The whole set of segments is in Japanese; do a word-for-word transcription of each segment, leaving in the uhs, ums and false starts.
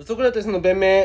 ソクラテスの弁明。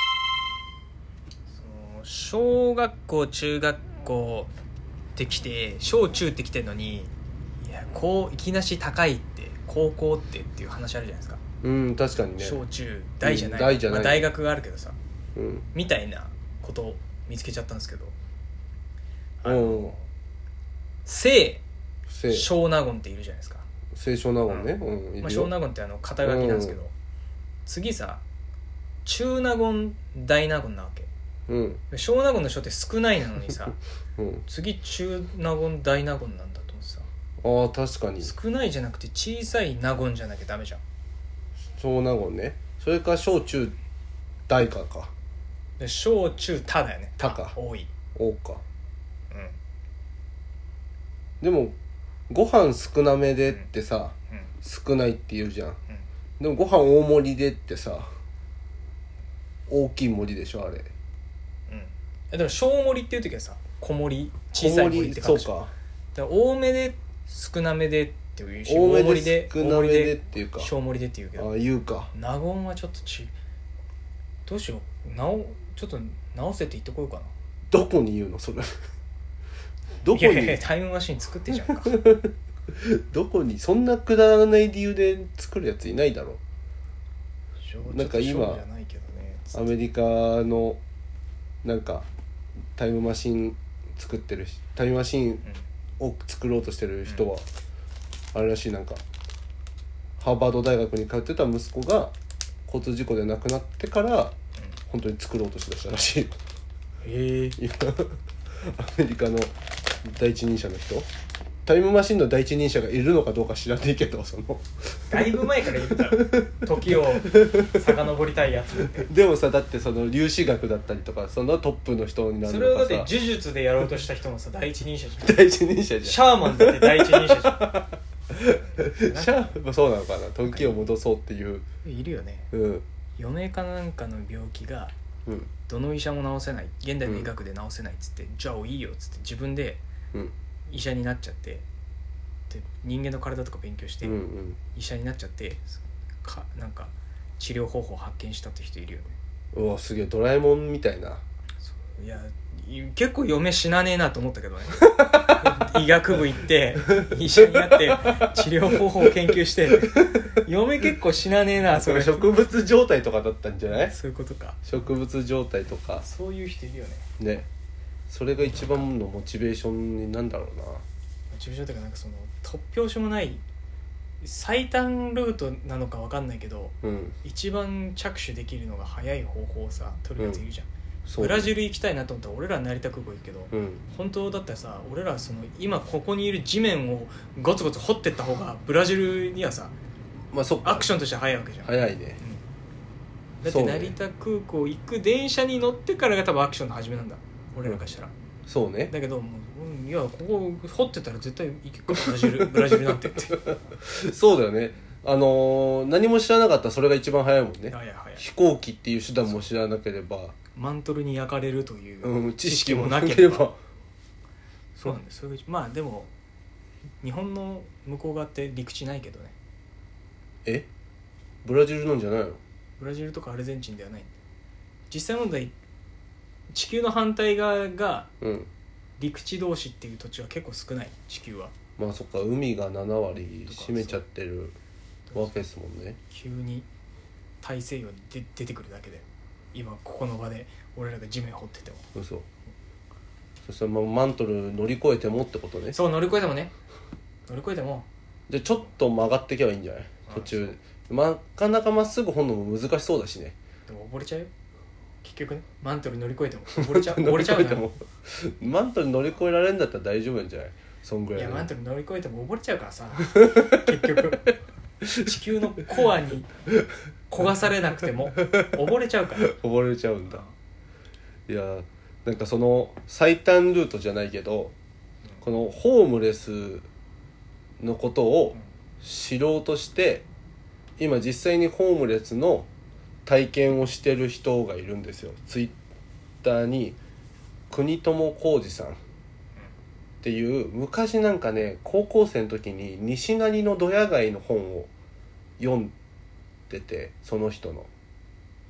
小学校中学校ってきて小中ってきてるのに、いやこういきなし高いって高校ってっていう話あるじゃないですか。 うん確かにね。 小中大じゃない、 うん、大じゃない、 まあ、大学があるけどさ、 うん、 みたいなことを見つけちゃったんですけど、あおの聖聖小納言っているじゃないですか。 聖小納言ね、 うんうん、いるよ。 まあ、小納言ってあの肩書きなんですけど、うん、次さ中納言大納言なわけ。うん、小納言の書って少ないなのにさ、うん、次中納言大納言なんだと思ってさ。 ああ確かに少ないじゃなくて小さい納言じゃなきゃダメじゃん。 小納言ね。それから小中大かかで小中多だよね。 多か多い多か。 うんでもご飯少なめでってさ、うんうん、少ないって言うじゃん、うん、でもご飯大盛りでってさ大きい盛りでしょあれ。 でも小盛りっていう時はさ小盛り小さい盛りって感じ。そうか。だから多めで少なめでっていうし、 大盛りで少なめでっていうか小盛りでっていうけど、 ああ言うか。 納言はちょっとちどうしよう。直ちょっと直せって言ってこようかな。 どこに言うのそれどこに。いやいやタイムマシン作ってじゃんかどこにそんなくだらない理由で作るやついないだろ。なんか今、ね、アメリカのなんかタイムマシン作ってるタイムマシンを作ろうとしてる人は、うん、あれらしい。なんかハーバード大学に通ってた息子が交通事故で亡くなってから、うん、本当に作ろうとしだしたらしい。へえ。今アメリカの第一人者の人、タイムマシンの第一人者がいるのかどうか知らないけど、そのだいぶ前からいるだろ時を遡りたいやつってでもさ、だってその粒子学だったりとかそのトップの人になるのかさ。 それはだって呪術でやろうとした人もさ第一人者じゃん。 第一人者じゃん。 シャーマンだって第一人者じゃんシャーマンそうなのかな。時を戻そうっていういるよね、 うん、 余命かなんかの病気が、うん、どの医者も治せない、現代の医学で治せないっつって、うん、じゃあいいよっつって自分で医者になっちゃって、で人間の体とか勉強して、うんうん、医者になっちゃってかなんか治療方法を発見したって人いるよね。 うわすげえドラえもんみたいな。 いや結構嫁死なねえなと思ったけどね医学部行って医者になって治療方法を研究して嫁結構死なねえな。 それ植物状態とかだったんじゃない。 そういうことか。 植物状態とかそういう人いるよね。 ね、それが一番のモチベーションになんだろうな。モチベーションというかなんかその突拍子もない最短ルートなのか分かんないけど、うん、一番着手できるのが早い方法をさ取るやついるじゃん、うん、ブラジル行きたいなと思ったら俺ら成田空港行くけど、うん、本当だったらさ俺らその今ここにいる地面をゴツゴツ掘ってった方がブラジルにはさ、まあ、そっかアクションとしては早いわけじゃん。 早いね、 うん、だって成田空港行く電車に乗ってからが多分アクションの始めなんだ俺らからしたら、 うん、そうね。 だけどもういやここ掘ってたら絶対行くかブラジルブラジルなんてってそうだよね。あのー、何も知らなかったらそれが一番早いもんね。 早い早い。 飛行機っていう手段も知らなければマントルに焼かれるという、 うん、知識もなければそうなんです。それまあでも日本の向こう側って陸地ないけどね。 えブラジルなんじゃないの。 ブラジルとかアルゼンチンではない。実際問題地球の反対側が、うん陸地同士っていう土地は結構少ない地球は。 まあそっか海がなな割占めちゃってるわけですもんね。 急に大西洋にで出てくるだけで今ここの場で俺らが地面掘ってても嘘、うん、そしたらまあマントル乗り越えてもってことね。 そう乗り越えてもね乗り越えてもじゃあちょっと曲がっていけばいいんじゃない途中で。なかなかまっすぐ掘るのも難しそうだしね。 でも溺れちゃうよ結局ね。マントル乗り越えても溺れちゃう溺れちゃうよ。 マントル乗り越えられるんだったら大丈夫なんじゃない。そんぐらい。 いやマントル乗り越えても溺れちゃうからさ結局地球のコアに焦がされなくても溺れちゃうから溺れちゃうんだ。いやなんかその最短ルートじゃないけど、うん、このホームレスのことを知ろうとして今実際にホームレスの体験をしてる人がいるんですよ。ツイッターに国友浩二さんっていう昔なんかね高校生の時に西成のドヤ街の本を読んでて、その人の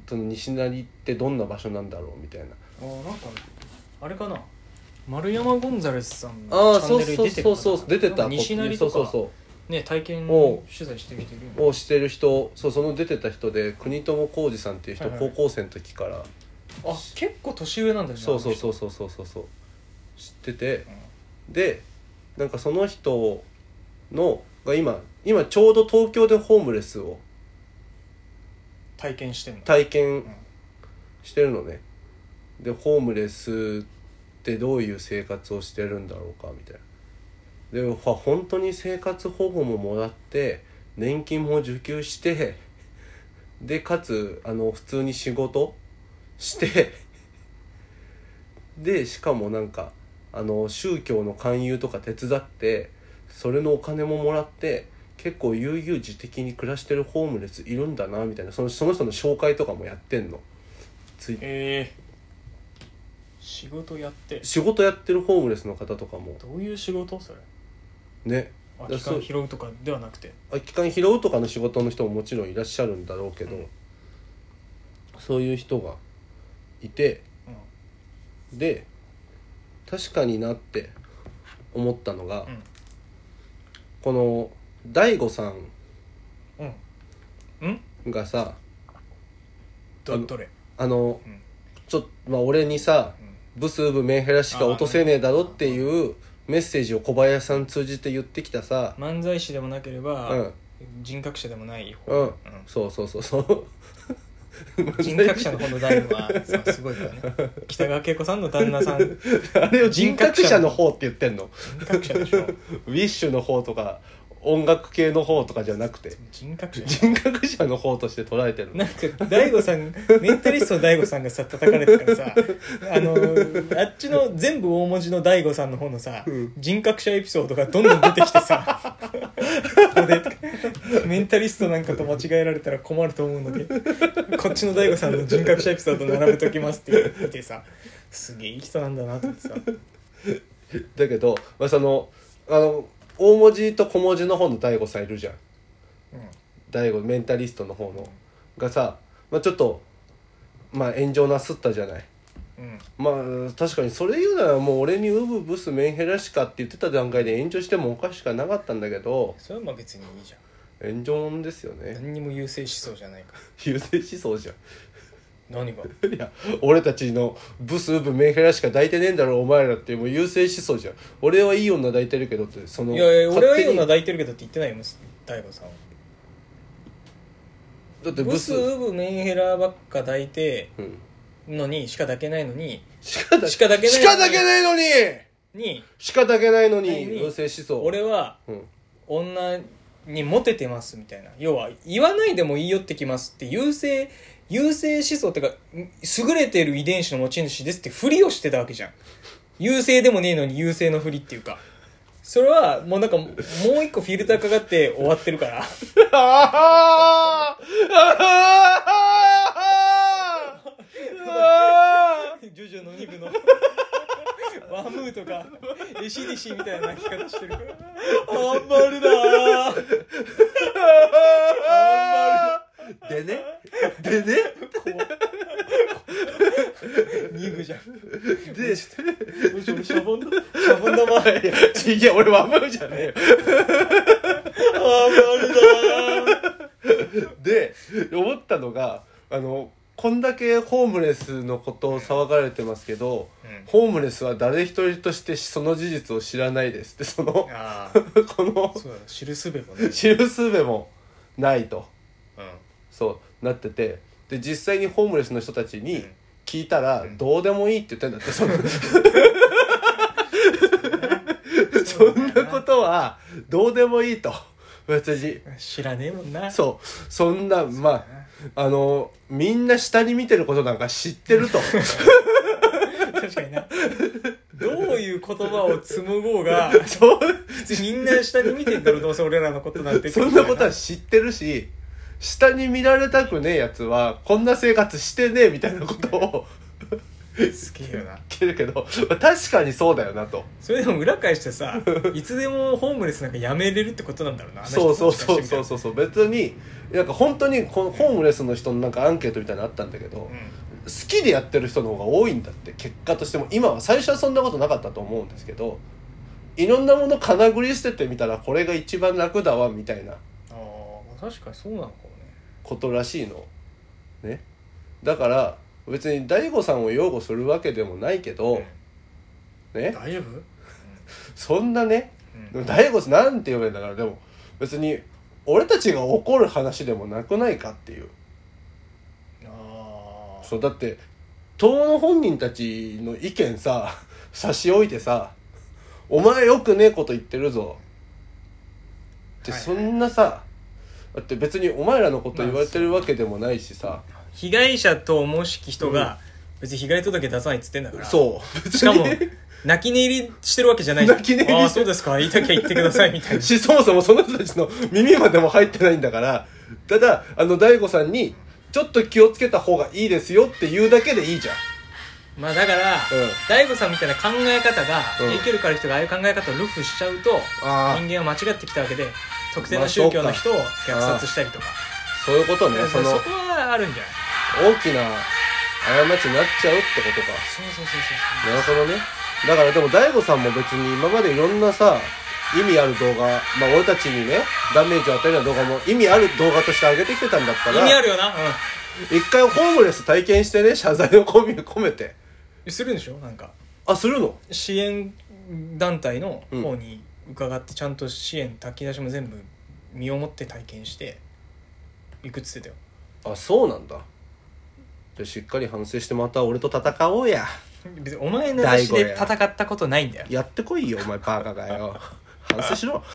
その西成ってどんな場所なんだろうみたいな。 あなんかあれかな、丸山ゴンザレスさんのチャンネルに出てるかな。 そうそうそうそう出てた。 西成とかそうそうそうね、体験取材してる人いるよね。 をしてる人、そうその出てた人で国友浩二さんっていう人、はいはい、高校生の時から、 あ結構年上なんだね。 そうそうそうそうそうそう知ってて、うん、でなんかその人のが今今ちょうど東京でホームレスを体験してんの体験してるのね、うん、でホームレスってどういう生活をしてるんだろうかみたいな。で本当に生活保護ももらって年金も受給してでかつあの普通に仕事してでしかもなんかあの宗教の勧誘とか手伝ってそれのお金ももらって結構悠々自適に暮らしてるホームレスいるんだなみたいな、その、その人の紹介とかもやってんの。ついえー、仕事やって仕事やってるホームレスの方とかも。 どういう仕事それね、 空き缶拾うとかではなくて、 空き缶拾うとかの仕事の人ももちろんいらっしゃるんだろうけど、うん、そういう人がいて、うん、で確かになって思ったのが、うん、この大悟さんがさ、 うん、ど, どれあの、うん、ちょっと、まあ、俺にさ、うん、ブスウブメンヘラしか落とせねえだろっていうメッセージを小林さん通じて言ってきたさ、 漫才師でもなければ、うん、人格者でもない方、 うんうん、そうそうそうそう人格者の方の大悟はすごいからね。北川景子さんの旦那さんあれを人格者の方って言ってんの。 人格者でしょ。 ウィッシュの方とか音楽系の方とかじゃなくて人格者人格者の方として捉えてる。 なんか大悟さんメンタリストの大悟さんがさ叩かれてからさあのあっちの全部大文字の大悟さんの方のさ、うん、人格者エピソードがどんどん出てきてさここでメンタリストなんかと間違えられたら困ると思うのでこっちの大悟さんの人格者エピソード並べときますって言ってさ、すげえいい人なんだなと思ってさ。 だけど、まあ、そのあの大文字と小文字の方の大悟さんいるじゃん、うん、大悟メンタリストの方のがさ、まあ、ちょっとまあ炎上なすったじゃない、うん、まあ確かにそれ言うならもう俺にウブブスメンヘラしかって言ってた段階で炎上してもおかしくはなかったんだけど、 それはまあ別にいいじゃん、炎上ですよね。 何にも優勢思想じゃないか優勢思想じゃん。 何がいや俺たちのブスウブメンヘラしか抱いてねえんだろお前らってもう優勢思想じゃん。俺はいい女抱いてるけどってそのいやいや俺はいい女抱いてるけどって言ってないよ大悟さんは。だってブスウブメンヘラばっか抱いてのにしか抱けないのにしか抱けないしか抱けないのににしか抱けないのに優勢思想。 俺は、うん、女にモテてますみたいな、要は言わないでも言い寄ってきますって優勢優勢思想ってか優れている遺伝子の持ち主ですってふりをしてたわけじゃん。優勢でもねえのに優勢のふりっていうか、それはもうなんかもう一個フィルターかかって終わってるからジョジョのに部のワムーとかエシディシみたいな泣き方してるからあんまりだーあんまりでねでねに部じゃんでシャボンだシャボン玉いや俺ワムーじゃねえよあんまりだーで思ったのがあのこんだけホームレスのことを騒がれてますけど、うん、ホームレスは誰一人としてその事実を知らないですって、そのあこのそうだ知るすべもね知るすべもないと、うん、そうなってて、で実際にホームレスの人たちに聞いたら、うん、どうでもいいって言ってんだって、そのそんなことはどうでもいいと、別に知らねえもんな。 そうそんなまああのみんな下に見てることなんか知ってると確かにな、どういう言葉を紡ごうがそう別にみんな下に見てんだろどうせ俺らのことなんてそんなことは知ってるし、下に見られたくねえやつはこんな生活してねえみたいなことをすげえよなけるけど確かにそうだよなと。 それでも裏返してさいつでもホームレスなんかやめれるってことなんだろうな。 そうそうそうそうそうそう別になんか本当にこのホームレスの人のなんかアンケートみたいなのあったんだけど、うん、好きでやってる人の方が多いんだって結果としても。今は最初はそんなことなかったと思うんですけど、いろんなものかなぐり捨ててみたらこれが一番楽だわみたいな。 あ確かにそうなのかもね。 ことらしいのね。だから別に大悟さんを擁護するわけでもないけど、うん、ね大丈夫、うん、 そんなね、うん、大悟さんなんて言えばいいんだから。でも別に俺たちが怒る話でもなくないかっていう。あそうだって党の本人たちの意見さ差し置いてさ、お前よくねえこと言ってるぞってそんなさ、はいはい、だって別にお前らのこと言われてるわけでもないしさ、 被害者と思しき人が別に被害届出さないっつってんだから、うん、 そうしかも泣き寝入りしてるわけじゃないじゃん。泣き寝入りして、ああそうですか言いたきゃ言ってくださいみたいなしそもそもその人たちの耳までも入ってないんだから。ただあの大悟さんにちょっと気をつけた方がいいですよって言うだけでいいじゃん。 まあだから、うん、大悟さんみたいな考え方が、うん、影響力ある人がああいう考え方をルフしちゃうと人間は間違ってきたわけで、特定の宗教の人を虐殺したりとか、まあ、そういうことね。 そのそこはあるんじゃない。大きな過ちになっちゃうってことか。 そうそうそうそう。 なるほどね。だからでも大悟さんも別に今までいろんなさ意味ある動画、まあ俺たちにねダメージを与えるような動画も意味ある動画として上げてきてたんだったら、 意味あるよな。うん。 一回ホームレス体験してね、謝罪を込め込めてするんでしょ。なんかあするの支援団体の方に伺ってちゃんと支援炊き出しも全部身をもって体験していくっつってたよ。 あそうなんだ。じゃしっかり反省してまた俺と戦おうや。 別にお前の話で戦ったことないんだよ。 やってこいよお前バカがよ反省しろ